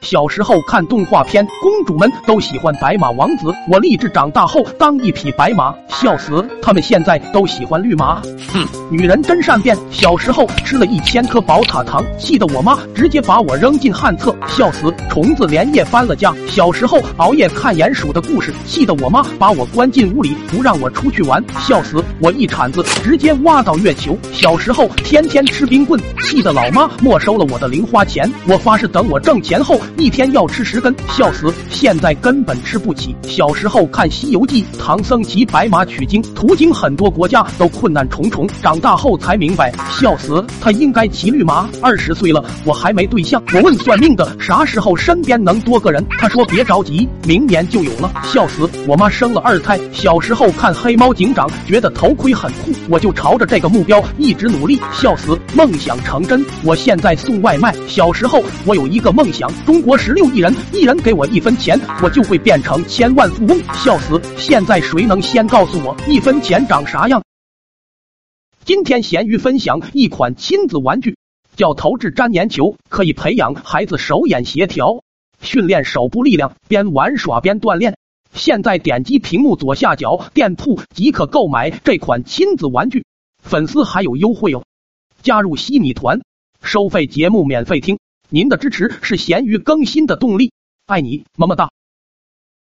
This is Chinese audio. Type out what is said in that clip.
小时候看动画片，公主们都喜欢白马王子，我立志长大后当一匹白马。笑死，他们现在都喜欢绿马。女人真善变，小时候吃了1000颗宝塔糖，气得我妈直接把我扔进旱厕。笑死，虫子连夜搬了家。小时候熬夜看鼹鼠的故事，气得我妈把我关进屋里，不让我出去玩。笑死，我一铲子直接挖到月球。小时候天天吃冰棍，气得老妈没收了我的零花钱。我发誓等我挣钱后，一天要吃10根。笑死，现在根本吃不起。小时候看《西游记》，唐僧骑白马取经，途经很多国家都困难重重，长大后才明白，笑死，他应该骑绿马。20岁了，我还没对象。我问算命的啥时候身边能多个人，他说别着急，明年就有了。笑死，我妈生了2胎。小时候看黑猫警长，觉得头盔很酷，我就朝着这个目标一直努力。笑死，梦想成真，我现在送外卖。小时候我有一个梦想，中国16亿人，一人给我1分钱，我就会变成千万富翁。笑死，现在谁能先告诉我1分钱长啥样？今天咸鱼分享一款亲子玩具，叫投掷粘黏球，可以培养孩子手眼协调，训练手部力量，边玩耍边锻炼。现在点击屏幕左下角店铺即可购买这款亲子玩具，粉丝还有优惠哦！加入西米团，收费节目免费听，您的支持是咸鱼更新的动力，爱你，么么哒！